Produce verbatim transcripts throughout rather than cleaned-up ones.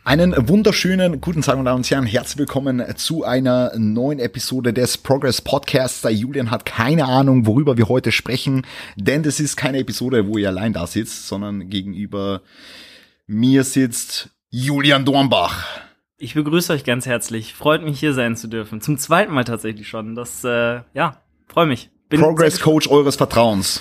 Einen wunderschönen guten Tag, meine Damen und Herren. Herzlich willkommen zu einer neuen Episode des Progress Podcasts. Der Julian hat keine Ahnung, worüber wir heute sprechen, denn das ist keine Episode, wo ihr allein da sitzt, sondern gegenüber mir sitzt Julian Dornbach. Ich begrüße euch ganz herzlich. Freut mich, hier sein zu dürfen. Zum zweiten Mal tatsächlich schon. Das, äh, ja, freue mich. Bin Progress Coach eures Vertrauens.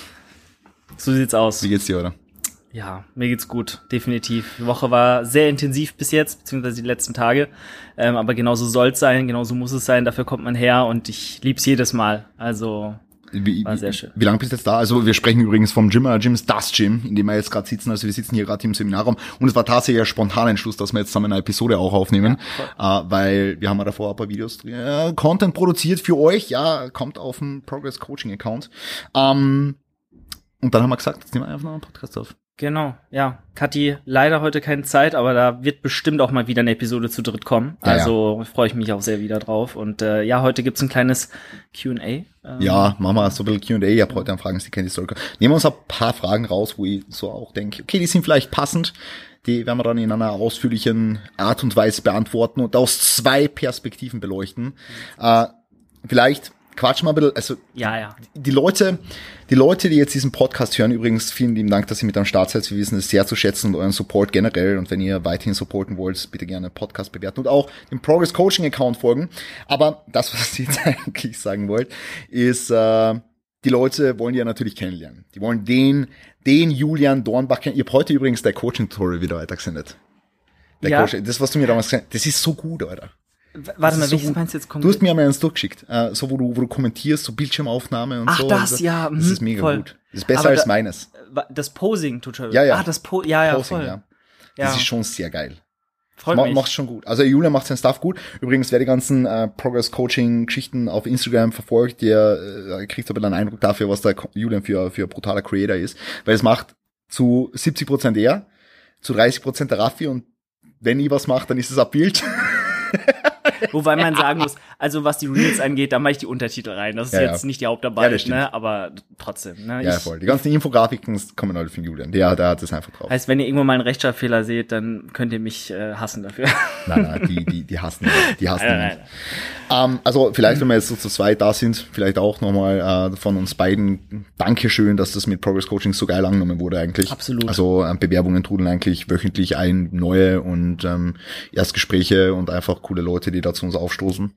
So sieht's aus. Wie geht's dir, oder? Ja, mir geht's gut, definitiv. Die Woche war sehr intensiv bis jetzt, beziehungsweise die letzten Tage. Ähm, aber genauso soll's sein, genauso muss es sein. Dafür kommt man her und ich lieb's jedes Mal. Also wie, war sehr schön. Wie, wie lange bist du jetzt da? Also wir sprechen übrigens vom Gym. Gym ist das Gym, in dem wir jetzt gerade sitzen. Also wir sitzen hier gerade im Seminarraum. Und es war tatsächlich ein spontaner Entschluss, dass wir jetzt zusammen eine Episode auch aufnehmen. Ja, äh, weil wir haben ja davor ein paar Videos, äh, Content produziert für euch. Ja, kommt auf dem Progress Coaching Account. Ähm, und dann haben wir gesagt, jetzt nehmen wir einfach noch einen Podcast auf. Genau, ja. Kathi, leider heute keine Zeit, aber da wird bestimmt auch mal wieder eine Episode zu dritt kommen. Ja, also ja. freue ich mich auch sehr wieder drauf. Und äh, ja, heute gibt's ein kleines Q und A. Ähm, ja, machen wir so ein bisschen Q und A. Ich habe heute einen Fragen, die kennt die Story. Nehmen wir uns ein paar Fragen raus, wo ich so auch denke, okay, die sind vielleicht passend. Die werden wir dann in einer ausführlichen Art und Weise beantworten und aus zwei Perspektiven beleuchten. Äh, vielleicht quatsch mal ein bisschen, also ja, ja. Die Leute, die Leute, die jetzt diesen Podcast hören, übrigens vielen lieben Dank, dass ihr mit am Start seid. Wir wissen es sehr zu schätzen und euren Support generell. Und wenn ihr weiterhin supporten wollt, bitte gerne Podcast bewerten und auch dem Progress Coaching Account folgen. Aber das, was ich jetzt eigentlich sagen wollte, ist, äh, die Leute wollen die ja natürlich kennenlernen. Die wollen den, den Julian Dornbach kennen. Ich habe heute übrigens der Coaching-Tutorial wieder weitergesendet. Der ja. Coaching, das, was du mir damals gesagt hast, das ist so gut, Alter. Warte mal, welches so meinst du jetzt konkret? Du hast mir einmal eins durchgeschickt, äh, so wo du, wo du kommentierst, so Bildschirmaufnahme und Ach, so. Ach, das, und so. ja. Das ist mega voll. gut. Das ist besser Aber als da, meines. Das Posing-Tutorial. Ja, ja. Ah, das po ja, ja, Posing, voll. ja. Ja. Das ist schon sehr geil. Freut Ma mich. Machst schon gut. Also Julia macht sein Stuff gut. Übrigens, wer die ganzen äh, Progress-Coaching-Geschichten auf Instagram verfolgt, der äh, kriegt aber einen Eindruck dafür, was der Julian für, für ein brutaler Creator ist. Weil es macht zu siebzig Prozent er, zu dreißig Prozent der Raffi und wenn ich was mache, dann ist es ein Bild. Wobei man sagen muss, also was die Reels angeht, da mache ich die Untertitel rein. Das ist ja, jetzt ja. nicht die Hauptarbeit, ja, ne? Aber trotzdem. Ne? Ja, ich, voll. Die ganzen Infografiken kommen alle von Julian. Der, der hat das einfach drauf. Heißt, wenn ihr irgendwo mal einen Rechtschreibfehler seht, dann könnt ihr mich äh, hassen dafür. Nein, nein, die, die, die hassen die hassen nein, nicht. Ähm, also vielleicht, wenn wir jetzt so zu zweit da sind, vielleicht auch nochmal äh, von uns beiden Dankeschön, dass das mit Progress Coaching so geil angenommen wurde eigentlich. Absolut. Also äh, Bewerbungen trudeln eigentlich wöchentlich ein, neue und ähm, Erstgespräche und einfach coole Leute, die da zu uns aufstoßen.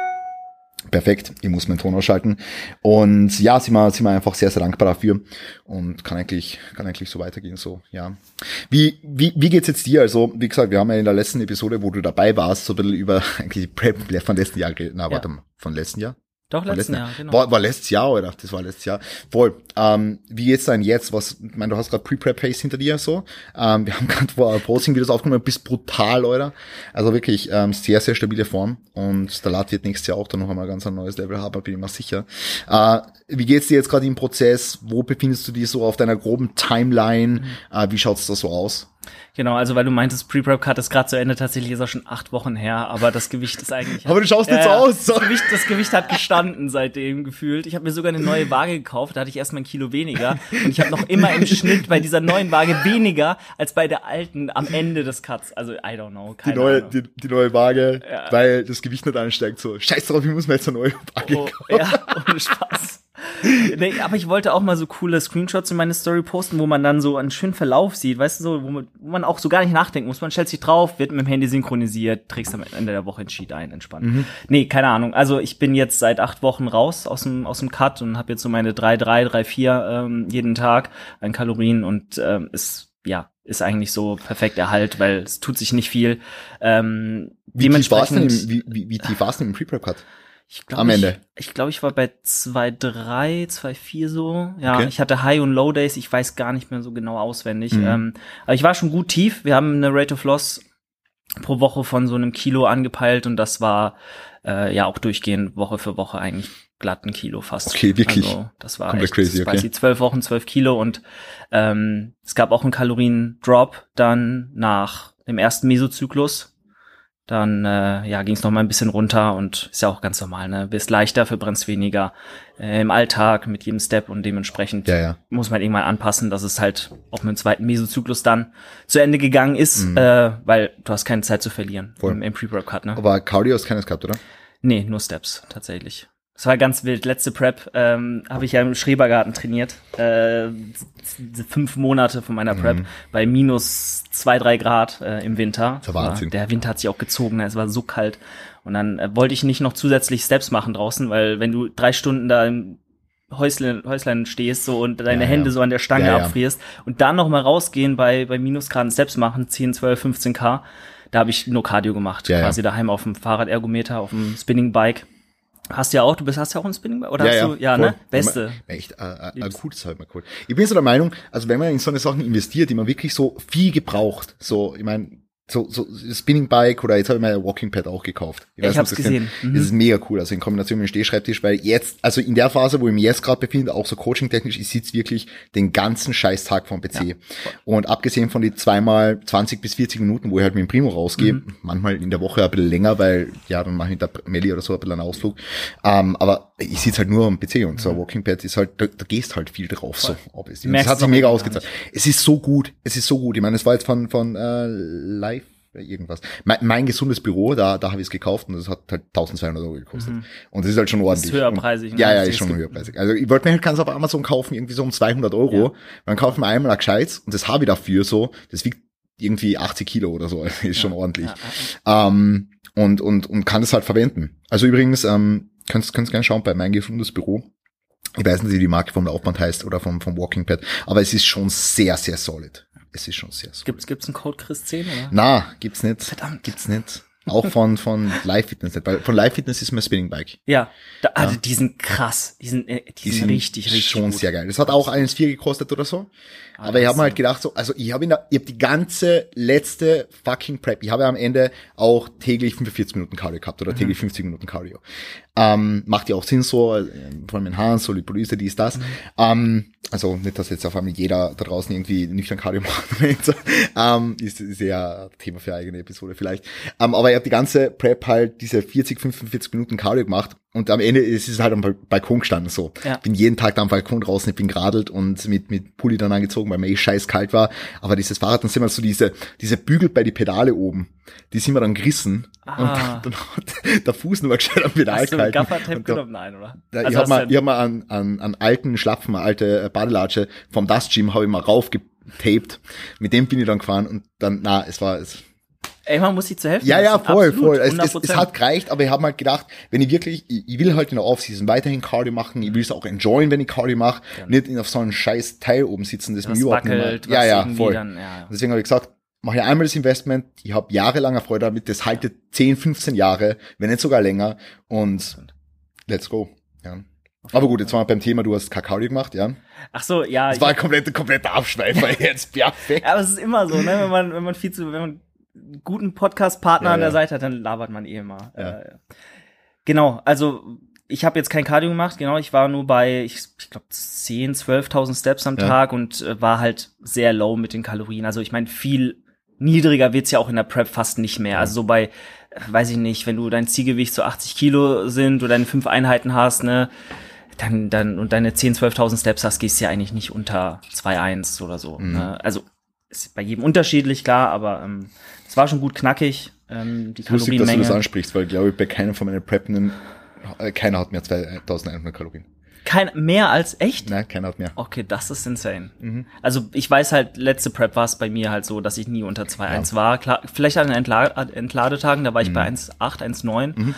Perfekt, ich muss meinen Ton ausschalten. Und ja, sind wir, sind wir einfach sehr, sehr dankbar dafür und kann eigentlich, kann eigentlich so weitergehen, so, ja. Wie, wie, wie geht's jetzt dir? Also, wie gesagt, wir haben ja in der letzten Episode, wo du dabei warst, so ein bisschen über eigentlich die Prep von letzten Jahr geredet. Na, warte mal, von letzten Jahr? Doch, Von letzten letzten Jahr, genau. War, war letztes Jahr, oder? Das war letztes Jahr. Voll. Ähm, wie geht's denn jetzt? Was, ich meine, du hast gerade Pre-Prep-Phase hinter dir, so. Ähm, wir haben gerade vor Posting-Videos aufgenommen, bist brutal, oder? Also wirklich, ähm, sehr, sehr stabile Form. Und der Lat wird nächstes Jahr auch dann noch einmal ganz ein neues Level haben, bin ich mir sicher. Äh, wie geht's dir jetzt gerade im Prozess? Wo befindest du dich so auf deiner groben Timeline? Mhm. Äh, wie schaut's da so aus? Genau, also weil du meintest, Pre-Prep-Cut ist gerade zu Ende, tatsächlich ist auch schon acht Wochen her, aber das Gewicht ist eigentlich... aber du schaust äh, nicht so aus! So. Das Gewicht, das Gewicht hat gestanden seitdem gefühlt. Ich habe mir sogar eine neue Waage gekauft, da hatte ich erstmal ein Kilo weniger und ich habe noch immer im Schnitt bei dieser neuen Waage weniger als bei der alten am Ende des Cuts. Also, I don't know, keine die neue, Ahnung. Die, die neue Waage, ja. Weil das Gewicht nicht ansteigt, so, scheiß drauf, ich muss mir jetzt eine neue Waage oh, kaufen. Ja, ohne Spaß. Nee, aber ich wollte auch mal so coole Screenshots in meine Story posten, wo man dann so einen schönen Verlauf sieht, weißt du, so, wo man, wo man auch so gar nicht nachdenken muss. Man stellt sich drauf, wird mit dem Handy synchronisiert, trägst am Ende der Woche ein Sheet ein, entspannt. Mhm. Nee, keine Ahnung. Also ich bin jetzt seit acht Wochen raus aus dem aus dem Cut und habe jetzt so meine drei drei, drei vier ähm, jeden Tag an Kalorien und ähm, ist ja ist eigentlich so perfekt Erhalt, weil es tut sich nicht viel. Ähm, wie tief warst du denn im, wie, wie, wie tief warst du im Pre-Prep-Cut? Ich glaub, Am Ende. Ich, ich glaube, ich war bei zwei drei, zwei vier so. Ja, okay. Ich hatte High- und Low-Days. Ich weiß gar nicht mehr so genau auswendig. Mhm. Ähm, aber ich war schon gut tief. Wir haben eine Rate of Loss pro Woche von so einem Kilo angepeilt und das war äh, ja auch durchgehend Woche für Woche eigentlich glatt ein Kilo fast. Okay, wirklich. Also das war komplett echt crazy, spicy. okay. Zwölf Wochen, zwölf Kilo und ähm, es gab auch einen Kalorien-Drop dann nach dem ersten Mesozyklus. Dann äh, ja, ging es noch mal ein bisschen runter und ist ja auch ganz normal, ne? Bist leichter, verbrennst weniger äh, im Alltag mit jedem Step und dementsprechend ja, ja. muss man irgendwann anpassen, dass es halt auch mit dem zweiten Mesozyklus dann zu Ende gegangen ist, mhm. äh, weil du hast keine Zeit zu verlieren im, im Pre-Prep-Cut, ne? Aber Cardio hast keines gehabt, oder? Nee, nur Steps tatsächlich. Das war ganz wild. Letzte Prep ähm, habe ich ja im Schrebergarten trainiert. Äh, fünf Monate von meiner Prep mhm. bei minus zwei, drei Grad äh, im Winter. Das war Wahnsinn. Der Winter hat sich auch gezogen, ne? Es war so kalt. Und dann äh, wollte ich nicht noch zusätzlich Steps machen draußen, weil wenn du drei Stunden da im Häuslein, Häuslein stehst so und deine ja, Hände ja. so an der Stange ja, abfrierst ja. und dann noch mal rausgehen bei bei Minusgraden Steps machen, zehn, zwölf, fünfzehn K, da habe ich nur Cardio gemacht. Ja, quasi ja. daheim auf dem Fahrradergometer, auf dem Spinning Bike. Hast du ja auch, du bist, hast ja auch ein Spinning Bike? Oder ja, hast ja, du, ja, voll. ne? Beste. Echt, äh, äh, gut ist halt mal cool. Ich bin so der Meinung, also wenn man in so eine Sachen investiert, die man wirklich so viel gebraucht, so, ich meine, so, so Spinning Bike oder jetzt habe ich mir ein Walking Pad auch gekauft. Ich, weiß, ich hab's gesehen. Mhm. Das ist mega cool, also in Kombination mit dem Stehschreibtisch, weil jetzt, also in der Phase, wo ich mich jetzt gerade befinde, auch so coaching-technisch, ich sitze wirklich den ganzen Scheißtag vom P C. Ja. Und abgesehen von die zweimal zwanzig bis vierzig Minuten, wo ich halt mit dem Primo rausgehe, mhm. manchmal in der Woche ein bisschen länger, weil, ja, dann mache ich mit der Melli oder so ein bisschen einen Ausflug. Ähm, aber ich sitze halt nur am P C und mhm. so ein Walking Pad ist halt, da, da gehst halt viel drauf, voll. so. Das hat sich mega ausgezahlt. Es ist so gut, es ist so gut. Ich meine, es war jetzt von, von äh, Live irgendwas. Mein, mein gesundes Büro, da da habe ich es gekauft und das hat halt tausendzweihundert Euro gekostet. Mhm. Und das ist halt schon ordentlich. Das ist höherpreisig. Und, ja, ja, ist schon höherpreisig. Also ich wollte mir halt ganz auf Amazon kaufen, irgendwie so um zweihundert Euro. Ja. Dann kaufen wir einmal ein Gescheites und das habe ich dafür so, das wiegt irgendwie achtzig Kilo oder so, ist ja. schon ordentlich. Ja, ja. Ähm, und und und kann das halt verwenden. Also übrigens, ähm, könnt könnt gerne schauen bei mein gesundes Büro. Ich weiß nicht, wie die Marke vom Laufband heißt oder vom vom Walking Pad, aber es ist schon sehr, sehr solid. Es ist schon sehr solid. Gibt's, gibt's einen Code Chris zehn, oder? Na, gibt's nicht. Verdammt. Gibt's nicht. Auch von, von Live Fitness nicht, weil von Live Fitness ist mein Spinning Bike. Ja. Da, also, ja. die sind krass. Die sind, äh, die, die sind richtig, richtig schon gut. Sehr geil. Das hat auch eins Komma vier gekostet oder so. Ah, aber ich habe mir halt gedacht, so, also ich habe in der, ich habe die ganze letzte fucking Prep, ich habe ja am Ende auch täglich fünfundvierzig Minuten Cardio gehabt oder mhm. täglich fünfzig Minuten Cardio. Ähm, macht ja auch Sinn so, äh, vor allem in Haaren, so Lipolyse, dies, das. Mhm. Ähm, also nicht, dass jetzt auf einmal jeder da draußen irgendwie nüchtern Cardio macht. ähm, ist, ist eher ein Thema für eine eigene Episode vielleicht. Ähm, aber ich habe die ganze Prep halt diese vierzig, fünfundvierzig Minuten Cardio gemacht. Und am Ende ist es halt am Balkon gestanden so. Ja. Bin jeden Tag da am Balkon draußen, ich bin geradelt und mit mit Pulli dann angezogen, weil mir eh scheiß kalt war. Aber dieses Fahrrad, dann sind wir so diese diese Bügel bei die Pedale oben, die sind wir dann gerissen. Ah. Und dann, dann hat der Fuß nur gescheit am Pedal gehalten. Hast du Gaffertape genommen? Nein, oder? Da, also ich habe mal, ich hab mal an, an, an alten Schlapfen, eine alte Badelatsche vom Dust Gym habe ich mal raufgetaped. Mit dem bin ich dann gefahren und dann, na, es war es. Ey, man muss sich zu helfen. Ja, ja, voll, absolut, voll. Es, es, es hat gereicht, aber ich habe mal gedacht, wenn ich wirklich, ich, ich will halt in der Offseason weiterhin Cardio machen, ich will es auch enjoyen, wenn ich Cardio mache, ja. nicht auf so einem scheiß Teil oben sitzen, das, das mir überhaupt nicht mehr. Ja, ja, voll. Dann, ja, ja. Deswegen habe ich gesagt, mache ich einmal das Investment, ich habe jahrelange Freude damit, das haltet zehn, fünfzehn Jahre, wenn nicht sogar länger und let's go. Ja. Aber gut, jetzt waren wir beim Thema, du hast Cardio gemacht, ja? Ach so, ja. Das war ein kompletter, kompletter Abschweifer jetzt, perfekt. Ja, aber es ist immer so, ne, wenn man, wenn man viel zu, wenn man guten Podcast-Partner ja, an der ja. Seite hat, dann labert man eh immer. Ja. Äh, genau, also ich habe jetzt kein Cardio gemacht, genau, ich war nur bei, ich, ich glaube, zehn, zwölftausend Steps am ja. Tag und äh, war halt sehr low mit den Kalorien. Also ich meine, viel niedriger wird's ja auch in der Prep fast nicht mehr. Ja. Also so bei, weiß ich nicht, wenn du dein Zielgewicht so achtzig Kilo sind oder deine fünf Einheiten hast, ne, dann, dann und deine zehn, zwölftausend Steps hast, gehst du ja eigentlich nicht unter zwei Komma eins oder so. Mhm. Ne? Also ist bei jedem unterschiedlich, klar, aber ähm, es war schon gut knackig, ähm, die Kalorienmenge. Lustig, dass du das ansprichst, weil, glaube ich, bei keinem von meinen Preppenden, äh, keiner hat mehr zweitausendeinhundert Kalorien. Kein, mehr als echt? Nein, keiner hat mehr. Okay, das ist insane. Mhm. Also ich weiß halt, letzte Prep war es bei mir halt so, dass ich nie unter zwei Komma eins ja. war. Klar, vielleicht an den Entla- Entladetagen, da war ich mhm. bei eins Komma acht, eins Komma neun. Mhm.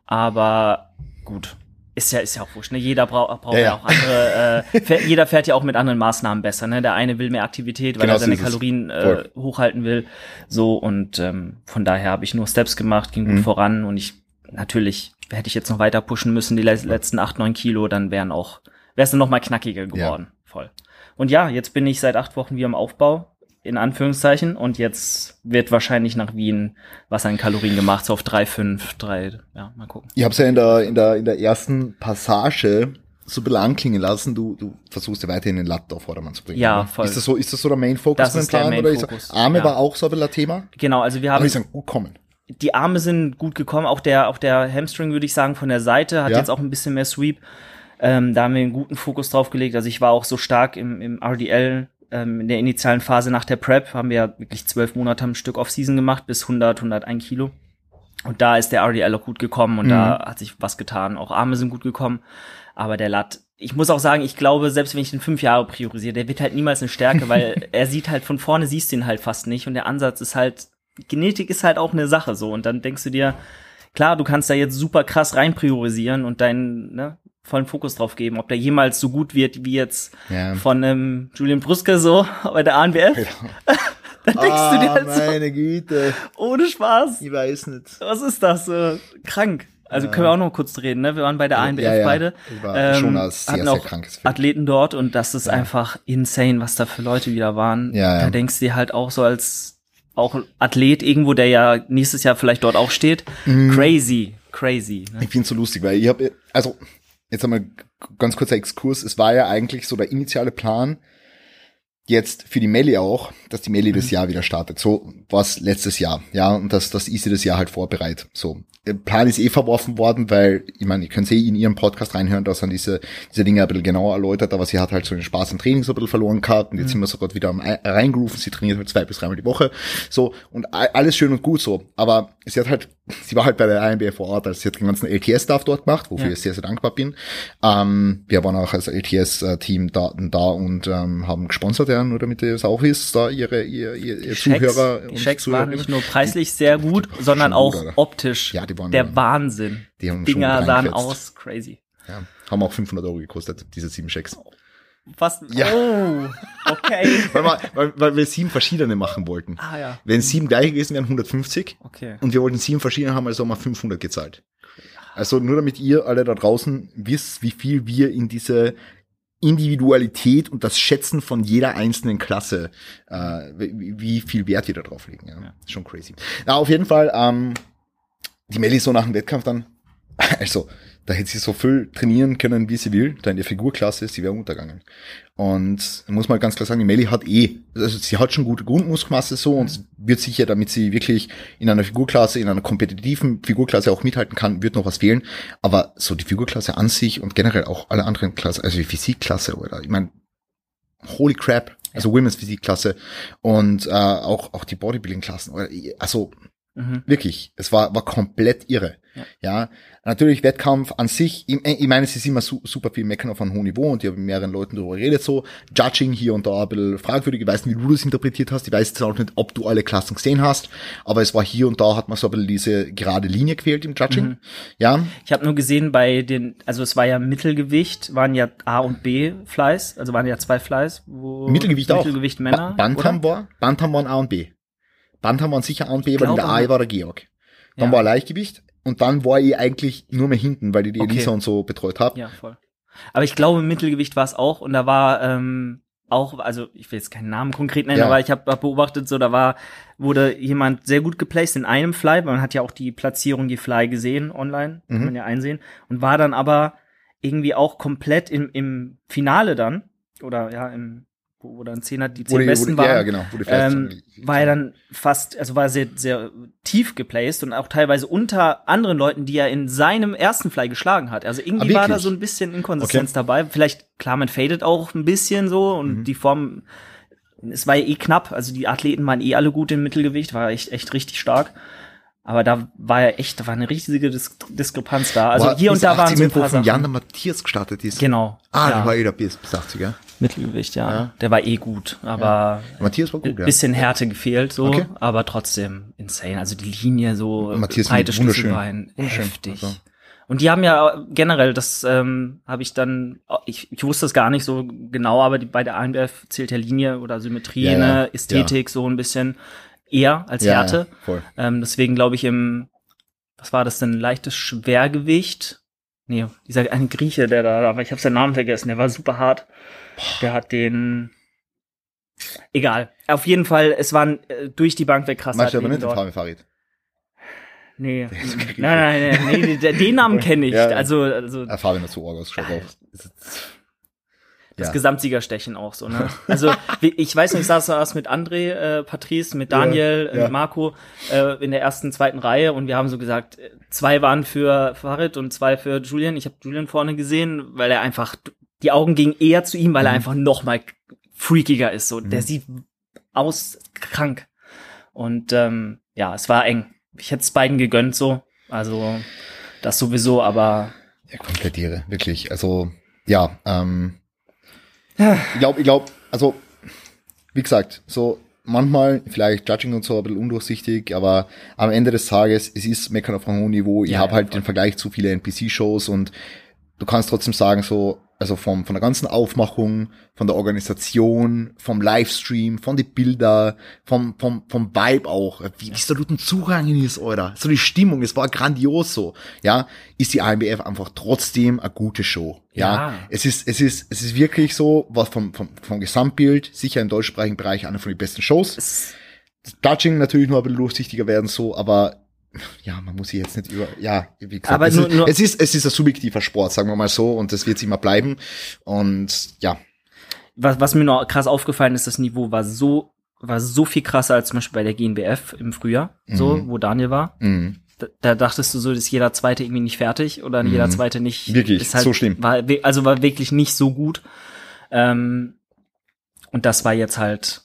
Aber gut. Ist ja, ist ja auch wurscht, ne? Jeder braucht braucht ja, ja. ja auch andere, äh, fährt, jeder fährt ja auch mit anderen Maßnahmen besser, ne? Der eine will mehr Aktivität, weil genau, er seine so Kalorien äh, hochhalten will. So, und ähm, von daher habe ich nur Steps gemacht, ging gut mhm. voran und ich, natürlich, hätte ich jetzt noch weiter pushen müssen, die le- letzten acht, neun Kilo, dann wären auch, wäre es dann noch mal knackiger geworden. Ja. Voll. Und ja, jetzt bin ich seit acht Wochen wieder im Aufbau, in Anführungszeichen, und jetzt wird wahrscheinlich nach Wien was an Kalorien gemacht, so auf drei, fünf, drei, ja, mal gucken. Ich hab's ja in der, in der, in der ersten Passage so ein bisschen anklingen lassen, du, du versuchst ja weiterhin den Latt auf Vordermann zu bringen. Ja, oder? voll. Ist das so, ist das so der Main Focus beim Plan? Oder ist Arme ja. war auch so ein bisschen ein Thema? Genau, also wir haben. Aber die sind gut kommen. die Arme sind gut gekommen, auch der, auch der Hamstring, würde ich sagen, von der Seite, hat ja. jetzt auch ein bisschen mehr Sweep. Ähm, da haben wir einen guten Fokus drauf gelegt. Also ich war auch so stark im, im R D L, ähm, in der initialen Phase nach der Prep, haben wir ja wirklich zwölf Monate am Stück Off-Season gemacht, bis hundert, hundertein Kilo. Und da ist der R D L auch gut gekommen und mhm. da hat sich was getan. Auch Arme sind gut gekommen. Aber der Lat, ich muss auch sagen, ich glaube, selbst wenn ich den fünf Jahre priorisiere, der wird halt niemals eine Stärke, weil er sieht halt, von vorne siehst du ihn halt fast nicht. Und der Ansatz ist halt, Genetik ist halt auch eine Sache so. Und dann denkst du dir, klar, du kannst da jetzt super krass rein priorisieren und deinen, ne, vollen Fokus drauf geben, ob der jemals so gut wird wie jetzt ja. von ähm, Julian Brüsker so bei der A N B F. Ja. Dann denkst ah, du dir halt meine so, Güte. Ohne Spaß. Ich weiß nicht. Was ist das? Äh, krank. Also ja. können wir auch noch kurz reden, ne? Wir waren bei der A N B F ja, ja. beide. Ich war ähm, schon als sehr, hatten sehr auch krankes Feld. Athleten dort und das ist ja. einfach insane, was da für Leute wieder waren. Ja, ja. Da denkst du dir halt auch so als auch Athlet irgendwo, der ja nächstes Jahr vielleicht dort auch steht. Mhm. Crazy, crazy. Ne? Ich find's so lustig, weil ich habe, also jetzt einmal ganz kurzer Exkurs. Es war ja eigentlich so der initiale Plan, jetzt für die Melli auch, dass die Melli mhm. das Jahr wieder startet. So war's letztes Jahr, ja, und dass das Easy das Jahr halt vorbereitet. So, der Plan ist eh verworfen worden, weil, ich meine, ihr könnt eh in ihrem Podcast reinhören, da sind diese diese Dinge ein bisschen genauer erläutert, aber sie hat halt so den Spaß im Training so ein bisschen verloren gehabt und jetzt mhm. sind wir so gerade wieder am reingerufen, sie trainiert halt zwei bis dreimal die Woche, so, und alles schön und gut so, aber sie hat halt, sie war halt bei der A N B F vor Ort, also sie hat den ganzen L T S-Stuff dort gemacht, wofür ja. ich sehr, sehr dankbar bin. Ähm, wir waren auch als L T S-Team da, da und ähm, haben gesponsert, ja, nur damit ihr es auch wisst, da ihre, ihr, ihr, ihr Zuhörer. Die Checks waren nicht nur preislich sehr gut, sondern auch gut, optisch. Ja, die waren der Wahnsinn. Die haben Dinger sahen aus, crazy. Ja, haben auch fünfhundert Euro gekostet, diese sieben Checks. Was? Ja. Oh, okay. weil, wir, weil, weil wir sieben verschiedene machen wollten. Ah, ja. Wenn sieben gleich gewesen wären, hundertfünfzig. Okay. Und wir wollten sieben verschiedene haben, also haben wir fünfhundert gezahlt. Also nur damit ihr alle da draußen wisst, wie viel wir in diese Individualität und das Schätzen von jeder einzelnen Klasse, äh, wie, wie viel Wert wir da drauf legen. Ja. Ja. Schon crazy. Na, auf jeden Fall, ähm, die Melli so nach dem Wettkampf dann, also, da hätte sie so viel trainieren können, wie sie will, da in der Figurklasse, sie wäre untergegangen. Und muss man ganz klar sagen, die Melli hat eh, also sie hat schon gute Grundmuskelmasse so und wird sicher, damit sie wirklich in einer Figurklasse, in einer kompetitiven Figurklasse auch mithalten kann, wird noch was fehlen. Aber so die Figurklasse an sich und generell auch alle anderen Klassen, also die Physikklasse oder, ich meine, holy crap, also ja. Women's Physikklasse und äh, auch auch die Bodybuilding-Klassen, also mhm. wirklich, es war war komplett irre. Ja. ja, natürlich Wettkampf an sich, ich, ich meine, es ist immer su- super viel Meckern auf einem hohen Niveau und ich habe mit mehreren Leuten darüber geredet, so Judging hier und da ein bisschen fragwürdig, ich weiß nicht, wie du das interpretiert hast, ich weiß jetzt auch nicht, ob du alle Klassen gesehen hast, aber es war hier und da, hat man so ein bisschen diese gerade Linie gewählt im Judging, mhm. ja. Ich habe nur gesehen bei den, also es war ja Mittelgewicht, waren ja A und B Flies, also waren ja zwei Flies, wo Mittelgewicht, Mittelgewicht auch. Mittelgewicht Männer, ba- Bantam oder? war, Bantam waren A und B. Bantam waren sicher A und B, weil in der A war der Georg. Dann ja. war Leichtgewicht. Und dann war ich eigentlich nur mehr hinten, weil ich die okay. Elisa und so betreut habe. Ja, voll. Aber ich glaube, Mittelgewicht war es auch. Und da war ähm, auch, also ich will jetzt keinen Namen konkret nennen, ja. aber ich habe hab beobachtet, so da war, wurde jemand sehr gut geplaced in einem Fly. Man hat ja auch die Platzierung, die Fly gesehen online, mhm. kann man ja einsehen. Und war dann aber irgendwie auch komplett im, im Finale dann, oder ja, im wo, wo dann zehn hat, die zehn die, besten die, waren, ja, genau, wo die ähm, war er dann fast, also war sehr, sehr tief geplaced und auch teilweise unter anderen Leuten, die er in seinem ersten Fly geschlagen hat. Also irgendwie ah, war da so ein bisschen Inkonsistenz okay. dabei. Vielleicht, klar, man fadet auch ein bisschen so und mhm. die Form, es war ja eh knapp, also die Athleten waren eh alle gut im Mittelgewicht, war echt, echt richtig stark. Aber da war ja echt, da war eine riesige Dis- Diskrepanz da. Also war hier und da waren so ein paar wo von Sachen. Jan der Matthias gestartet ist. Genau. Ah, ja. der war eh der bis achtzig, ja? Mittelgewicht, ja. ja. Der war eh gut, aber ja. Matthias war gut, ja. Bisschen Härte gefehlt, so, okay. aber trotzdem insane. Also die Linie so, Matthias breite Schlüsselbein, heftig. Also. Und die haben ja generell, das ähm, habe ich dann, ich, ich wusste es gar nicht so genau, aber die, bei der A N B F zählt ja Linie oder Symmetrie, ja, ja. ne, Ästhetik ja. so ein bisschen eher als ja, Härte. Ja, voll. Ähm, deswegen glaube ich im, was war das denn, leichtes Schwergewicht? Nee, dieser ein Grieche, der da, aber ich habe seinen Namen vergessen, der war super hart. Der hat den, egal. Auf jeden Fall, es waren äh, durch die Bank weg krass. Meinst du aber nicht den Fabian Farid? Nee. Nein, nein, nein, nee, den, den Namen kenne ich. Ja, also, also. Ja, Fabian hat so Orgos geschaut auch. Das ja. Gesamtsiegerstechen auch so, ne? Also ich weiß nicht, ich saß da mit André, äh, Patrice, mit Daniel, ja, ja. Äh, Marco äh, in der ersten, zweiten Reihe und wir haben so gesagt, zwei waren für Farid und zwei für Julian. Ich habe Julian vorne gesehen, weil er einfach, die Augen gingen eher zu ihm, weil mhm. er einfach noch mal freakiger ist. So, mhm. der sieht aus krank. Und ähm, ja, es war eng. Ich hätte es beiden gegönnt so, also das sowieso, aber ja, komplettiere, wirklich. Also ja, ähm ich glaube, ich glaube, also, wie gesagt, so manchmal vielleicht Judging und so ein bisschen undurchsichtig, aber am Ende des Tages, es ist Meckern auf einem hohen Niveau. Ich ja, habe ja, halt voll. den Vergleich zu viele N P C-Shows und du kannst trotzdem sagen, so, also vom, von der ganzen Aufmachung, von der Organisation, vom Livestream, von die Bilder, vom, vom, vom Vibe auch, wie es da guten Zugang ist, Alter. So die Stimmung, es war grandios so, ja, ist die A M B F einfach trotzdem eine gute Show, ja. Ja. Es ist, es ist, es ist wirklich so, was vom, vom, vom Gesamtbild, sicher im deutschsprachigen Bereich eine von den besten Shows. Es, Das Judging natürlich nur ein bisschen durchsichtiger werden so, aber ja, man muss sich jetzt nicht über, ja, wie gesagt, Aber es, nur- ist, nur- es ist, es ist ein subjektiver Sport, sagen wir mal so, und das wird es immer bleiben. Und ja, was, was mir noch krass aufgefallen ist, das Niveau war so, war so viel krasser als zum Beispiel bei der G N B F im Frühjahr, so, Mhm. wo Daniel war. mh, Da, da dachtest du so, dass jeder Zweite irgendwie nicht fertig oder jeder Zweite nicht. Wirklich, ist halt, so schlimm. War, we- also war wirklich nicht so gut. Ähm, und das war jetzt halt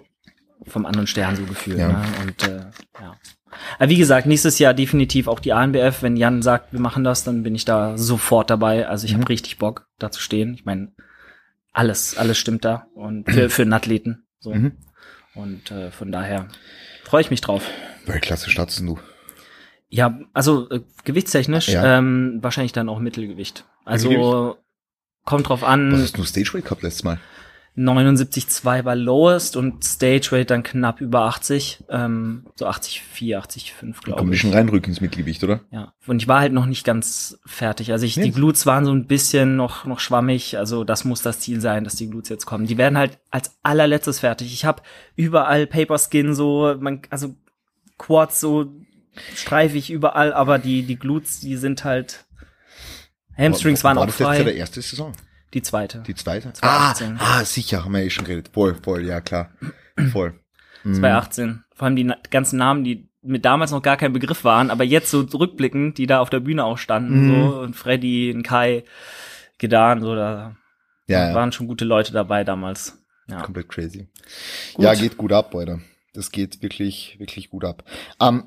vom anderen Stern so gefühlt. Ja. Ne? Und äh, ja. Aber wie gesagt, nächstes Jahr definitiv auch die A N B F. Wenn Jan sagt, wir machen das, dann bin ich da sofort dabei. Also ich Mhm. habe richtig Bock, da zu stehen. Ich meine, alles, alles stimmt da. Und für, für einen Athleten. So. Mhm. Und äh, von daher freue ich mich drauf. Weltklasse startest du. Ja, also äh, gewichtstechnisch Ja. ähm, wahrscheinlich dann auch Mittelgewicht. Also Mittelgewicht? kommt drauf Was an, hast du Stageweight gehabt letztes Mal? neunundsiebzig Komma zwei war Lowest und Stageweight dann knapp über achtzig, ähm, so achtzig Komma vier, achtzig Komma fünf, Da glaube kommt ein ich. bisschen reinrücken ins Mittelgewicht, oder? Ja, und ich war halt noch nicht ganz fertig. Also ich, Nee. die Glutes waren so ein bisschen noch noch schwammig. Also das muss das Ziel sein, dass die Glutes jetzt kommen. Die werden halt als allerletztes fertig. Ich habe überall Paperskin so, man, also Quads so streifig überall, aber die die Glutes, die sind halt Hamstrings waren war auch das jetzt ja der frei. erste Saison? Die zweite. Die zweite? zwanzig achtzehn. Ah, ah, sicher, haben wir eh schon geredet. Voll, voll, ja klar. Voll. Mhm. zwanzig achtzehn. Vor allem die na- ganzen Namen, die mir damals noch gar kein Begriff waren, aber jetzt so rückblickend, die da auf der Bühne auch standen, Mhm. so, und Freddy, und Kai, Gedan, so, da Ja, ja. waren schon gute Leute dabei damals. Ja. Komplett crazy. Gut. Ja, geht gut ab, Leute. Das geht wirklich, wirklich gut ab. Ähm,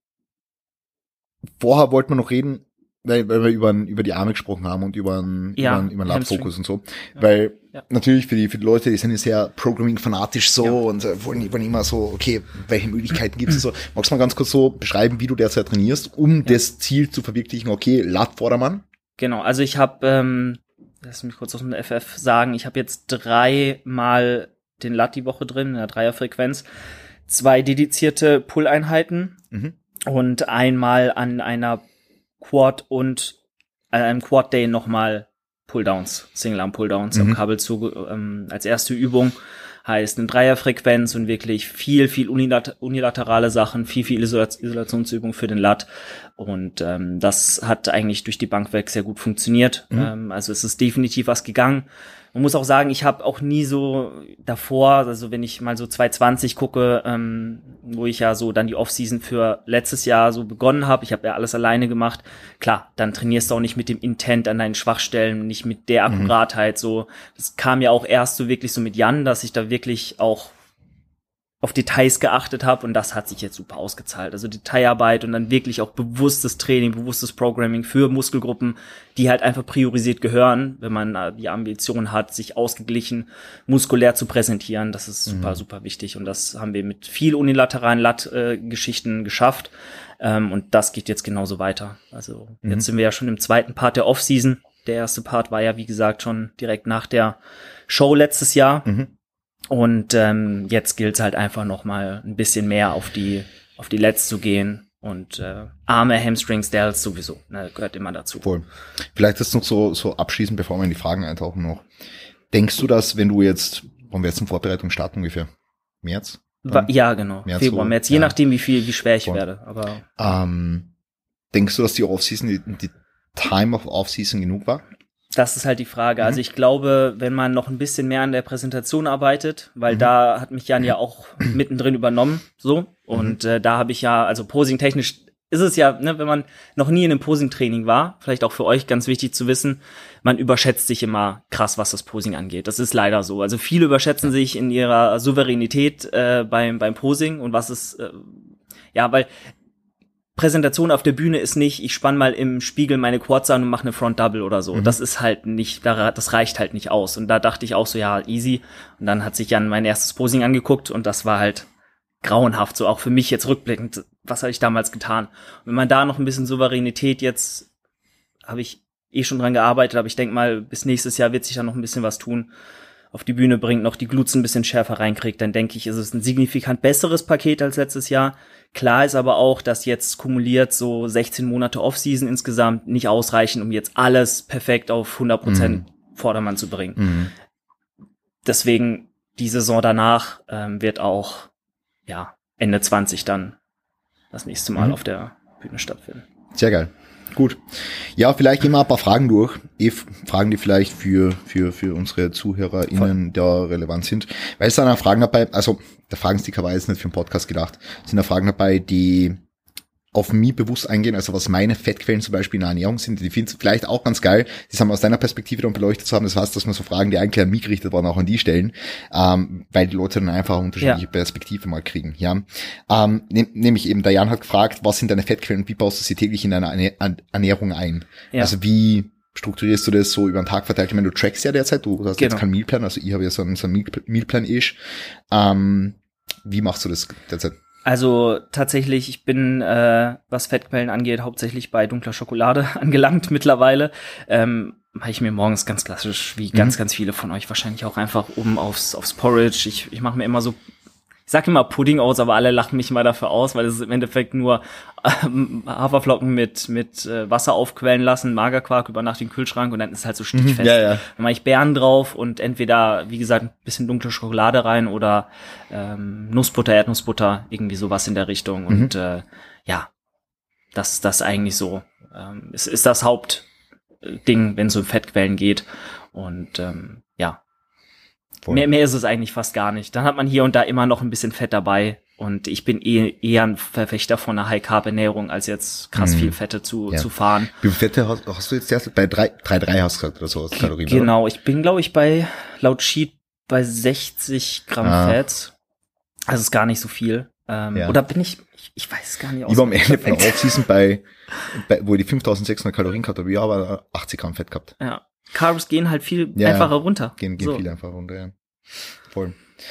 vorher wollten wir noch reden, weil, weil wir über, über die Arme gesprochen haben und über einen, Ja, über einen, über einen Lat-Fokus und so. Ja. Weil Ja. natürlich für die, für die Leute, die sind ja sehr Programming-fanatisch so Ja. und äh, wollen, wollen immer so, okay, welche Möglichkeiten gibt es so. Magst du mal ganz kurz so beschreiben, wie du derzeit trainierst, um das Ziel zu verwirklichen, okay, Lat-Vordermann? Genau, also ich habe, ähm, lass mich kurz aus dem F F sagen, ich habe jetzt dreimal den Lat die Woche drin, in der Dreierfrequenz, zwei dedizierte Pull-Einheiten Mhm. und einmal an einer Quad und an einem Quad-Day nochmal Pulldowns, Single-Arm-Pulldowns Mhm. am Kabelzug ähm, als erste Übung. Heißt eine Dreierfrequenz und wirklich viel, viel unilat- unilaterale Sachen, viel, viel Isola- Isolationsübung für den Lat. Und ähm, das hat eigentlich durch die Bank weg sehr gut funktioniert. Mhm. Ähm, also es ist definitiv was gegangen. Man muss auch sagen, ich habe auch nie so davor, also wenn ich mal so zwanzig zwanzig gucke, ähm, wo ich ja so dann die Offseason für letztes Jahr so begonnen habe, ich habe ja alles alleine gemacht, klar, dann trainierst du auch nicht mit dem Intent an deinen Schwachstellen, nicht mit der Mhm. Akkuratheit, so. Das kam ja auch erst so wirklich so mit Jan, dass ich da wirklich auch auf Details geachtet habe und das hat sich jetzt super ausgezahlt. Also Detailarbeit und dann wirklich auch bewusstes Training, bewusstes Programming für Muskelgruppen, die halt einfach priorisiert gehören, wenn man äh, die Ambition hat, sich ausgeglichen muskulär zu präsentieren. Das ist super, Mhm. super wichtig und das haben wir mit viel unilateralen Lat-Geschichten geschafft ähm, und das geht jetzt genauso weiter. Also Mhm. jetzt sind wir ja schon im zweiten Part der Offseason. Der erste Part war ja, wie gesagt, schon direkt nach der Show letztes Jahr. Mhm. Und ähm, jetzt gilt es halt einfach noch mal ein bisschen mehr auf die auf die Lets zu gehen und äh, Arme, Hamstrings, Delts sowieso, ne, gehört immer dazu. Voll. Vielleicht ist noch so, so abschließend, bevor wir in die Fragen eintauchen noch. Denkst du, dass wenn du jetzt, wollen wir jetzt in Vorbereitung starten ungefähr? März? Wa- Ja, genau. März, Februar, so, März, je ja. nachdem, wie viel, wie schwer ich Voll. werde. Aber Ähm, denkst du, dass die Offseason, die, die Time of Offseason genug war? Das ist halt die Frage. Mhm. Also ich glaube, wenn man noch ein bisschen mehr an der Präsentation arbeitet, weil mhm. da hat mich Jan ja auch mittendrin übernommen, so. Und mhm. äh, da habe ich ja, also posing-technisch ist es ja, ne, wenn man noch nie in einem Posing-Training war, vielleicht auch für euch ganz wichtig zu wissen, man überschätzt sich immer krass, was das Posing angeht. Das ist leider so. Also viele überschätzen sich in ihrer Souveränität äh, beim beim Posing und was ist, äh, ja, weil Präsentation auf der Bühne ist nicht, ich spann mal im Spiegel meine Quads an und mache eine Front Double oder so. Mhm. Das ist halt nicht, das reicht halt nicht aus. Und da dachte ich auch so, ja, easy. Und dann hat sich Jan mein erstes Posing angeguckt und das war halt grauenhaft, so auch für mich jetzt rückblickend. Was habe ich damals getan? Und wenn man da noch ein bisschen Souveränität jetzt, habe ich eh schon dran gearbeitet, aber ich denke mal, bis nächstes Jahr wird sich da noch ein bisschen was tun, auf die Bühne bringt, noch die Glutes ein bisschen schärfer reinkriegt, dann denke ich, ist es ein signifikant besseres Paket als letztes Jahr. Klar ist aber auch, dass jetzt kumuliert so sechzehn Monate Offseason insgesamt nicht ausreichen, um jetzt alles perfekt auf hundert Prozent mhm. Vordermann zu bringen. Mhm. Deswegen die Saison danach ähm, wird auch ja Ende zwanzig dann das nächste Mal mhm. auf der Bühne stattfinden. Sehr geil. Gut. Ja, vielleicht gehen wir ein paar Fragen durch. Eh, Fragen, die vielleicht für, für, für unsere ZuhörerInnen da relevant sind. Weil es sind auch Fragen dabei, also, der Fragensticker war jetzt nicht für den Podcast gedacht, es sind da Fragen dabei, die auf mich bewusst eingehen, also was meine Fettquellen zum Beispiel in der Ernährung sind, die finde ich vielleicht auch ganz geil, das haben wir aus deiner Perspektive dann beleuchtet zu haben, das heißt, dass wir so Fragen, die eigentlich an mich gerichtet waren, auch an die stellen, ähm, weil die Leute dann einfach eine unterschiedliche ja. Perspektive mal kriegen, ja. Ähm, nehm, nämlich eben, der Jan hat gefragt, was sind deine Fettquellen und wie baust du sie täglich in deine Ernährung ein? Ja. Also wie strukturierst du das so über den Tag verteilt? Ich meine, du trackst ja derzeit, du hast genau. jetzt keinen Mealplan, also ich habe ja so einen, so einen Mealplan-ish. Ähm, wie machst du das derzeit? Also tatsächlich, ich bin, äh, was Fettquellen angeht, hauptsächlich bei dunkler Schokolade angelangt mittlerweile. Ähm, mache ich mir morgens ganz klassisch, wie mhm. ganz, ganz viele von euch wahrscheinlich auch einfach oben aufs, aufs Porridge. Ich, ich mache mir immer so, ich sag immer Pudding aus, aber alle lachen mich mal dafür aus, weil es ist im Endeffekt nur ähm, Haferflocken mit mit äh, Wasser aufquellen lassen, Magerquark über Nacht in den Kühlschrank und dann ist es halt so stichfest. Mhm, ja, ja. Dann mache ich Beeren drauf und entweder, wie gesagt, ein bisschen dunkle Schokolade rein oder ähm, Nussbutter, Erdnussbutter, irgendwie sowas in der Richtung. Mhm. Und äh, ja, das das eigentlich so. Ähm, ist, ist das Hauptding, wenn es um Fettquellen geht. Und ähm, ja. Mehr, mehr ist es eigentlich fast gar nicht. Dann hat man hier und da immer noch ein bisschen Fett dabei. Und ich bin eh, eher ein Verfechter von einer High-Carb-Ernährung, als jetzt krass mhm. viel Fette zu, ja. zu fahren. Wie viel Fette hast, hast du jetzt erst bei drei Komma drei hast du gesagt oder so aus Kalorien? Genau, oder? Ich bin, glaube ich, bei, laut Sheet bei sechzig Gramm ah. Fett. Also ist gar nicht so viel. Ähm, ja. Oder bin ich, ich, ich weiß es gar nicht. Ich war am Ende von der Off-Season bei, bei, wo ich die fünftausendsechshundert Kalorien gehabt habe, ja, aber achtzig Gramm Fett gehabt. Ja. Carbs gehen halt viel ja, einfacher runter. Gehen, gehen so. viel einfacher runter, ja. Voll.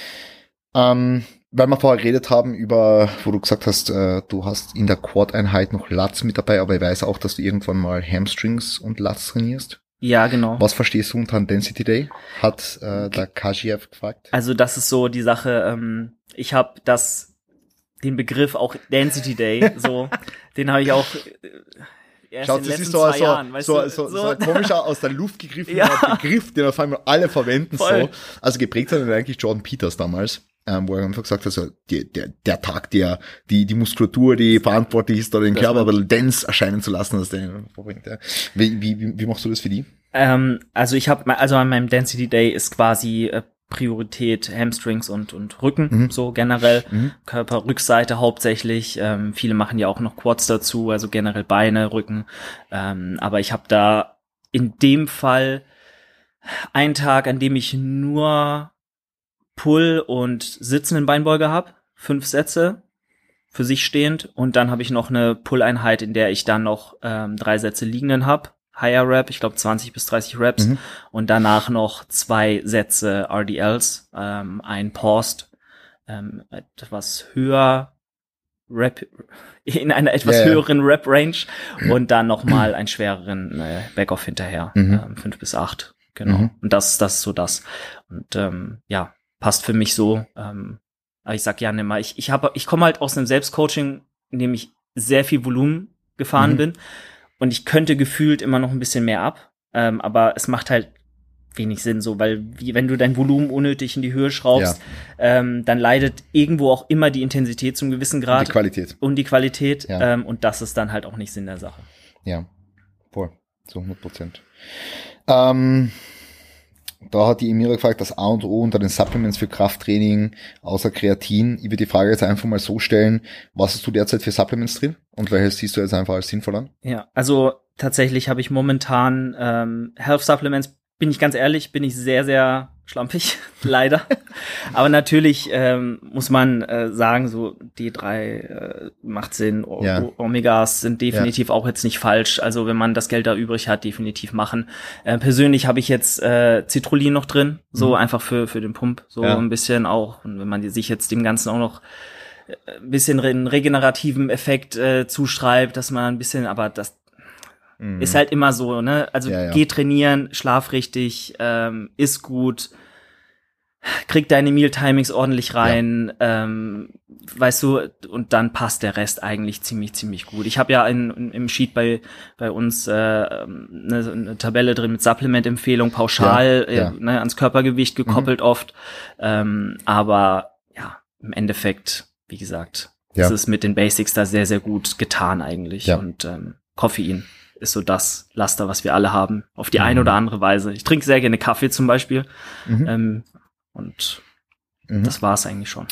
Ähm, weil wir vorher geredet haben über, wo du gesagt hast, äh, du hast in der Quad-Einheit noch Lats mit dabei, aber ich weiß auch, dass du irgendwann mal Hamstrings und Lats trainierst. Ja, genau. Was verstehst du unter Density Day? Hat äh, der Kajiev gefragt. Also das ist so die Sache, ähm, ich habe das, den Begriff auch Density Day, so, den habe ich auch äh, erst Schaut, in den letzten so, zwei so, Jahren. Weißt so, du, so, so, so ein komischer, aus der Luft gegriffener ja. Begriff, den auf einmal alle verwenden. Voll. So. Also geprägt hat eigentlich Jordan Peters damals. Ähm, wo er einfach gesagt hat, so, die, der, der Tag, der, die, die Muskulatur, die verantwortlich ist, da den Körper aber dense erscheinen zu lassen, dass der verbringt, ja. Wie, wie, wie machst du das für die? Ähm, also ich habe, also an meinem Density Day ist quasi äh, Priorität Hamstrings und, und Rücken, mhm. so generell, mhm. Körperrückseite hauptsächlich, ähm, viele machen ja auch noch Quads dazu, also generell Beine, Rücken, ähm, aber ich habe da in dem Fall einen Tag, an dem ich nur Pull- und sitzenden Beinbeuger habe, fünf Sätze für sich stehend und dann habe ich noch eine Pull-Einheit, in der ich dann noch ähm, drei Sätze liegenden habe, Higher Rep, ich glaube zwanzig bis dreißig Reps mhm. und danach noch zwei Sätze R D Ls, ähm, ein Paused, ähm, etwas höher Rep, in einer etwas yeah. höheren Rep-Range und dann nochmal einen schwereren äh, Backoff hinterher, mhm. ähm, fünf bis acht, genau. Mhm. Und das, das ist so das. Und ähm, ja, passt für mich so. Ähm, aber ich sag ja immer, ich, ich habe, ich komme halt aus einem Selbstcoaching, in dem ich sehr viel Volumen gefahren mhm. bin. Und ich könnte gefühlt immer noch ein bisschen mehr ab. Ähm, aber es macht halt wenig Sinn so, weil wie, wenn du dein Volumen unnötig in die Höhe schraubst, ja. ähm, dann leidet irgendwo auch immer die Intensität zum gewissen Grad. Und die Qualität. Und die Qualität. Ja. Ähm, und das ist dann halt auch nicht Sinn der Sache. Ja, voll. Zu hundert Prozent. Ähm, da hat die Emira gefragt, das A und O unter den Supplements für Krafttraining außer Kreatin. Ich würde die Frage jetzt einfach mal so stellen, was hast du derzeit für Supplements drin und welches siehst du jetzt einfach als sinnvoll an? Ja, also tatsächlich habe ich momentan ähm, Health Supplements, bin ich ganz ehrlich, bin ich sehr, sehr schlampig, leider. Aber natürlich ähm, muss man äh, sagen, so D drei äh, macht Sinn, o- Ja. o- Omegas sind definitiv ja. auch jetzt nicht falsch. Also wenn man das Geld da übrig hat, definitiv machen. Äh, persönlich habe ich jetzt äh, Citrullin noch drin, so mhm. einfach für für den Pump, so ja. ein bisschen auch. Und wenn man sich jetzt dem Ganzen auch noch ein bisschen einen regenerativen Effekt äh, zuschreibt, dass man ein bisschen, aber das mhm. ist halt immer so, ne? Also ja, ja. geh trainieren, schlaf richtig, ähm, iss gut, krieg deine Meal-Timings ordentlich rein, ja. ähm, weißt du, und dann passt der Rest eigentlich ziemlich, ziemlich gut. Ich habe ja in, in, im Sheet bei bei uns äh, eine, eine Tabelle drin mit Supplement-Empfehlung, pauschal ja, ja. Äh, ne, ans Körpergewicht gekoppelt mhm. oft, ähm, aber ja, im Endeffekt wie gesagt, ja. es ist mit den Basics da sehr, sehr gut getan eigentlich. Ja. Und ähm, Koffein ist so das Laster, was wir alle haben, auf die mhm. eine oder andere Weise. Ich trinke sehr gerne Kaffee zum Beispiel. Mhm. Ähm, und mhm. das war's eigentlich schon.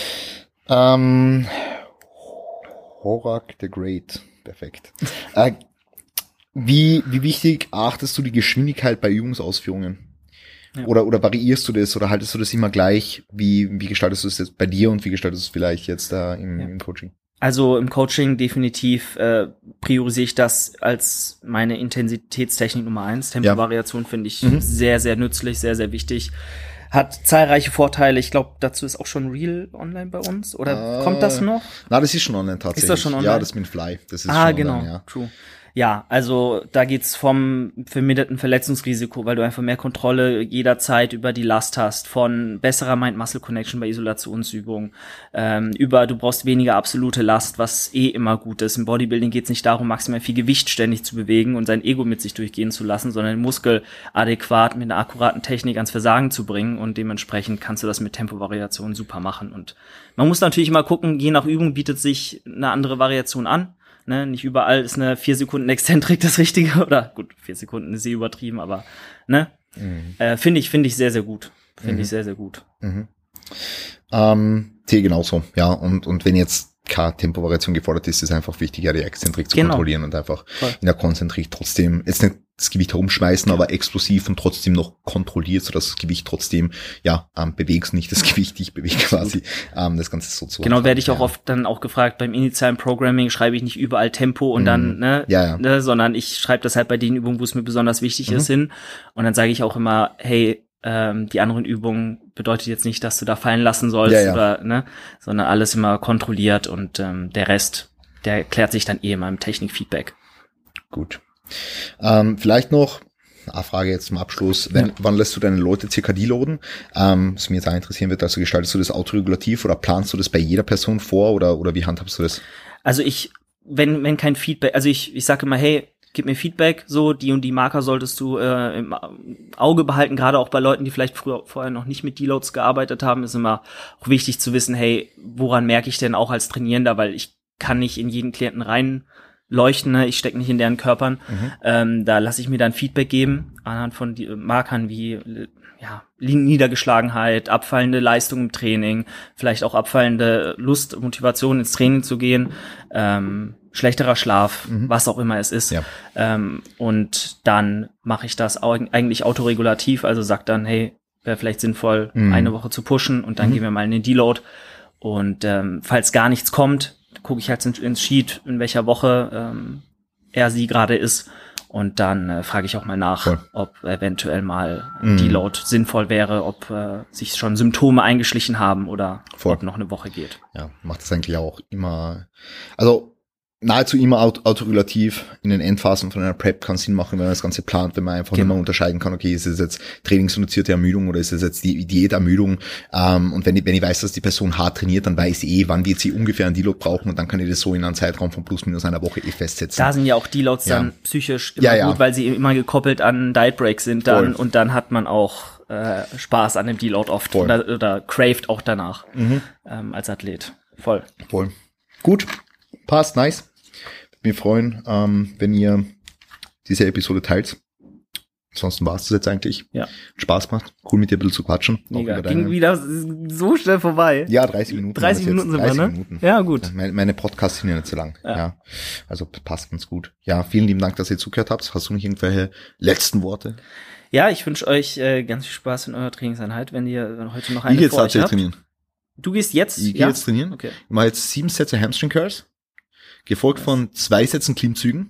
Ähm, Horak the Great. Perfekt. äh, wie, wie wichtig achtest du die Geschwindigkeit bei Übungsausführungen? Ja. Oder, oder variierst du das oder haltest du das immer gleich? Wie, wie gestaltest du es jetzt bei dir und wie gestaltest du es vielleicht jetzt da im, ja. im Coaching? Also im Coaching definitiv äh, priorisiere ich das als meine Intensitätstechnik Nummer eins. Tempovariation ja. finde ich mhm. sehr, sehr nützlich, sehr, sehr wichtig. Hat zahlreiche Vorteile. Ich glaube, dazu ist auch schon Real online bei uns. Oder äh, kommt das noch? Na, das ist schon online tatsächlich. Ist das schon online? Ja, das mit Fly. Das ist ah, schon genau. online, ja. True. Ja, also da geht's vom verminderten Verletzungsrisiko, weil du einfach mehr Kontrolle jederzeit über die Last hast, von besserer Mind-Muscle-Connection bei Isolationsübungen, ähm, über du brauchst weniger absolute Last, was eh immer gut ist. Im Bodybuilding geht's nicht darum, maximal viel Gewicht ständig zu bewegen und sein Ego mit sich durchgehen zu lassen, sondern den Muskel adäquat mit einer akkuraten Technik ans Versagen zu bringen und dementsprechend kannst du das mit Tempovariationen super machen. Und man muss natürlich mal gucken, je nach Übung bietet sich eine andere Variation an. Ne, nicht überall ist eine vier Sekunden Exzentrik das Richtige, oder gut, vier Sekunden ist sie übertrieben, aber ne, mhm. äh, finde ich, finde ich sehr, sehr gut. Finde mhm. ich sehr, sehr gut. Mhm. Ähm, sehe genauso, ja, und, und wenn jetzt keine Tempovariation gefordert ist, ist es einfach wichtig, ja, die Exzentrik zu genau. kontrollieren und einfach Voll. in der Konzentrik trotzdem, jetzt nicht das Gewicht herumschmeißen, ja. aber explosiv und trotzdem noch kontrolliert, sodass das Gewicht trotzdem, ja, ähm, bewegst, nicht das Gewicht, ich bewege quasi, ähm, das Ganze so zu Genau, anfangen. Werde ich auch ja. oft dann auch gefragt, beim initialen Programming schreibe ich nicht überall Tempo und mm. dann, ne, ja, ja. ne, sondern ich schreibe das halt bei den Übungen, wo es mir besonders wichtig mhm. ist, hin. Und dann sage ich auch immer, hey, ähm, die anderen Übungen bedeutet jetzt nicht, dass du da fallen lassen sollst, ja, ja. oder, ne, sondern alles immer kontrolliert und ähm, der Rest, der klärt sich dann eh in meinem Technikfeedback. Gut. Ähm, vielleicht noch eine Frage jetzt zum Abschluss. Wenn, ja. Wann lässt du deine Leute circa deloaden? Ähm, was mich jetzt auch interessieren wird, also gestaltest du das autoregulativ oder planst du das bei jeder Person vor oder, oder wie handhabst du das? Also ich, wenn, wenn kein Feedback, also ich, ich sage immer, hey, gib mir Feedback, so, die und die Marker solltest du äh, im Auge behalten, gerade auch bei Leuten, die vielleicht früher vorher noch nicht mit Deloads gearbeitet haben, ist immer auch wichtig zu wissen, hey, woran merke ich denn auch als Trainierender, weil ich kann nicht in jeden Klienten rein leuchten, ne? Ich stecke nicht in deren Körpern. Mhm. Ähm, da lasse ich mir dann Feedback geben anhand von die Markern wie ja, Niedergeschlagenheit, abfallende Leistung im Training, vielleicht auch abfallende Lust, Motivation ins Training zu gehen, ähm, schlechterer Schlaf, mhm. was auch immer es ist. Ja. Ähm, und dann mache ich das auch eigentlich autoregulativ, also sag dann, hey, wäre vielleicht sinnvoll, mhm. eine Woche zu pushen und dann mhm. gehen wir mal in den Deload. Und ähm, falls gar nichts kommt, gucke ich halt ins Sheet, in welcher Woche ähm, er sie gerade ist. Und dann äh, frage ich auch mal nach, Voll. ob eventuell mal mm. Deload sinnvoll wäre, ob äh, sich schon Symptome eingeschlichen haben oder Voll. ob noch eine Woche geht. Ja, macht das eigentlich auch immer, also nahezu immer aut- autoregulativ in den Endphasen von einer Prep kann Sinn machen, wenn man das Ganze plant, wenn man einfach genau. nicht mehr unterscheiden kann, okay, ist es jetzt trainingsinduzierte Ermüdung oder ist es jetzt die Diätermüdung, ähm, und wenn ich, wenn ich weiß, dass die Person hart trainiert, dann weiß ich eh, wann wird sie ungefähr einen Deload brauchen und dann kann ich das so in einem Zeitraum von plus minus einer Woche eh festsetzen. Da sind ja auch Deloads ja. dann psychisch immer ja, ja. gut, weil sie immer gekoppelt an Diet Breaks sind dann Voll. Und dann hat man auch äh, Spaß an dem Deload oft oder, oder craved auch danach mhm. ähm, als Athlet. Voll. Voll. Gut, passt, nice. Wir freuen, ähm, wenn ihr diese Episode teilt Ansonsten war es das jetzt eigentlich. Ja. Spaß gemacht. Cool mit dir ein bisschen zu quatschen. Mega. Ging wieder so schnell vorbei. Ja, dreißig Minuten. dreißig Minuten sind wir, ne? Minuten. Ja, gut. Meine, meine Podcasts sind ja nicht so lang. Ja. ja. Also passt ganz gut. Ja, vielen lieben Dank, dass ihr zugehört habt. Hast du nicht irgendwelche letzten Worte? Ja, ich wünsche euch äh, ganz viel Spaß in eurer Trainingseinheit, wenn ihr heute noch eine ich vor euch habt. trainieren. Du gehst jetzt? Ich gehe ja? jetzt trainieren. Okay. Ich mache jetzt sieben Sätze Hamstring Curls, gefolgt Was? von zwei Sätzen Klimmzügen,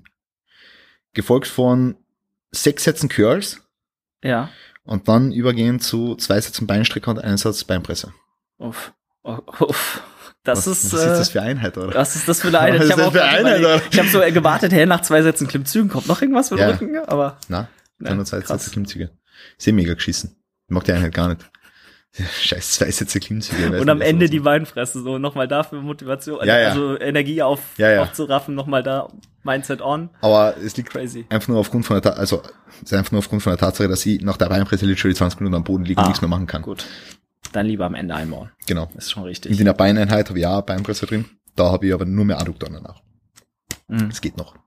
gefolgt von sechs Sätzen Curls. Ja. Und dann übergehen zu zwei Sätzen Beinstrecker und einen Satz Beinpresse. Uff. Uff. Das was, ist, was ist das für Einheit, oder? Was ist das für eine Einheit? Was ich ist das habe für Einheit, oder? Ich habe so gewartet, hey, nach zwei Sätzen Klimmzügen kommt noch irgendwas für den ja. Rücken, aber. Na, dann nur zwei Sätze Klimmzüge. Sehr mega geschissen. Ich mag die Einheit gar nicht. Scheiß zwei Sätze Klimmzüge. Und am Ende die Beinfresse, so nochmal dafür Motivation, ja, ja. also Energie auf, ja, ja. aufzuraffen, nochmal da, Mindset on. Aber es liegt crazy. einfach nur aufgrund von der, also, es ist einfach nur aufgrund von der Tatsache, dass ich nach der Beinpresse literally zwanzig Minuten am Boden liege und ah, nichts mehr machen kann. Gut. Dann lieber am Ende einbauen. Genau. Das ist schon richtig. In der Beineinheit habe ich ja Beinpresse drin. Da habe ich aber nur mehr Adduktoren danach. Mhm. Das geht noch.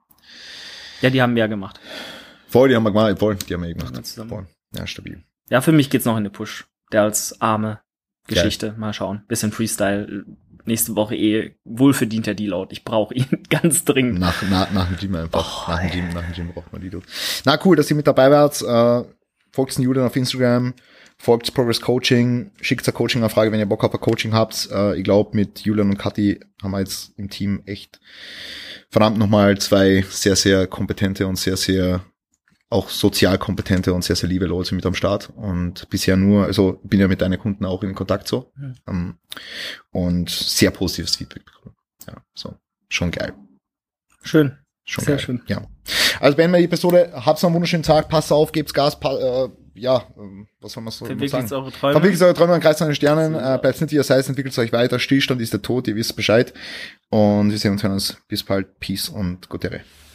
Ja, die haben wir ja gemacht. Voll, die haben wir gemacht. Voll, die haben wir gemacht. Ja, voll. Ja, stabil. Ja, für mich geht's noch in den Push. Der als arme Geschichte. Geil. Mal schauen. Bisschen Freestyle. Nächste Woche eh wohlverdienter Deload. Ich brauche ihn ganz dringend. Nach, nach, nach dem Gym einfach. Oh, nach dem Gym, nach dem Gym braucht man Deload. Na cool, dass ihr mit dabei wart. Äh, folgt Julian auf Instagram. Folgt Progress Coaching. Schickt eine Coaching-Anfrage, wenn ihr Bock auf ein Coaching habt. Äh, ich glaube, mit Julian und Kathi haben wir jetzt im Team echt verdammt nochmal zwei sehr, sehr kompetente und sehr, sehr auch sozial kompetente und sehr, sehr liebe Leute mit am Start und bisher nur, also bin ja mit deinen Kunden auch in Kontakt so mhm. um, und sehr positives Feedback bekommen. Ja, so, schon geil. Schön. Schon sehr geil. schön. Ja. Also beenden wir die Episode, habt's noch einen wunderschönen Tag, passt auf, gebt's Gas, pa- äh, ja, was soll man so sagen? Verwirklicht eure Träume. Verwirklicht eure Träume und kreist an den Sternen, äh, bleibt nicht wie ihr seid, entwickelt euch weiter, Stillstand ist der Tod, ihr wisst Bescheid und wir sehen uns, hören uns, bis bald, Peace und Gottere.